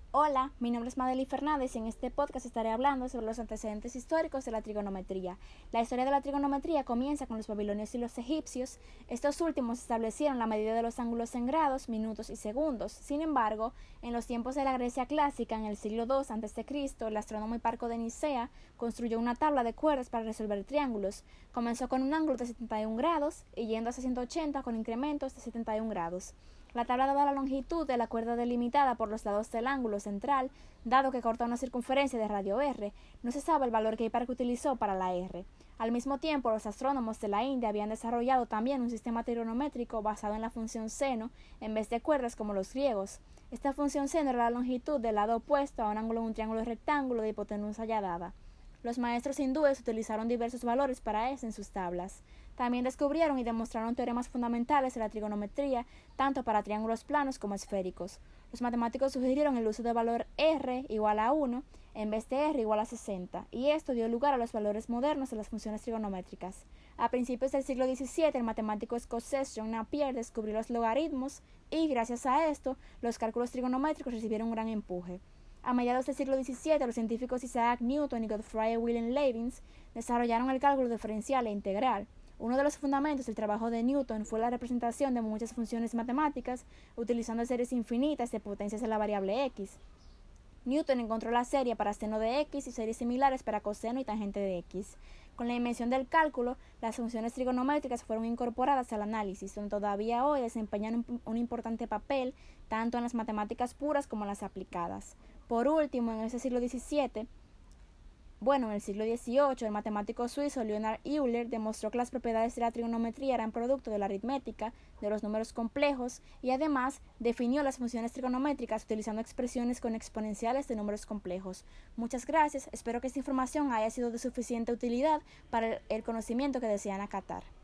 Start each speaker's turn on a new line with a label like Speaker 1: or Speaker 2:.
Speaker 1: Hola, mi nombre es Madely Fernández y en este podcast estaré hablando sobre los antecedentes históricos de la trigonometría. La historia de la trigonometría comienza con los babilonios y los egipcios. Estos últimos establecieron la medida de los ángulos en grados, minutos y segundos. Sin embargo, en los tiempos de la Grecia clásica, en el siglo II a.C., el astrónomo Hiparco de Nicea construyó una tabla de cuerdas para resolver triángulos. Comenzó con un ángulo de 71 grados y yendo a 180 con incrementos de 71 grados. La tabla daba la longitud de la cuerda delimitada por los lados del ángulo central, dado que corta una circunferencia de radio r. No se sabe el valor que Hiparco utilizó para la r. Al mismo tiempo, los astrónomos de la India habían desarrollado también un sistema trigonométrico basado en la función seno, en vez de cuerdas como los griegos. Esta función seno era la longitud del lado opuesto a un ángulo en un triángulo rectángulo de hipotenusa ya dada. Los maestros hindúes utilizaron diversos valores para eso en sus tablas. También descubrieron y demostraron teoremas fundamentales de la trigonometría, tanto para triángulos planos como esféricos. Los matemáticos sugirieron el uso del valor r igual a 1 en vez de r igual a 60, y esto dio lugar a los valores modernos de las funciones trigonométricas. A principios del siglo XVII, el matemático escocés John Napier descubrió los logaritmos y, gracias a esto, los cálculos trigonométricos recibieron un gran empuje. A mediados del siglo XVII, los científicos Isaac Newton y Gottfried Wilhelm Leibniz desarrollaron el cálculo diferencial e integral. Uno de los fundamentos del trabajo de Newton fue la representación de muchas funciones matemáticas utilizando series infinitas de potencias de la variable x. Newton encontró la serie para seno de x y series similares para coseno y tangente de x. Con la invención del cálculo, las funciones trigonométricas fueron incorporadas al análisis, donde todavía hoy desempeñan un importante papel tanto en las matemáticas puras como en las aplicadas. Por último, en el siglo XVIII, en el siglo XVIII, el matemático suizo Leonhard Euler demostró que las propiedades de la trigonometría eran producto de la aritmética, de los números complejos, y además definió las funciones trigonométricas utilizando expresiones con exponenciales de números complejos. Muchas gracias, espero que esta información haya sido de suficiente utilidad para el conocimiento que desean acatar.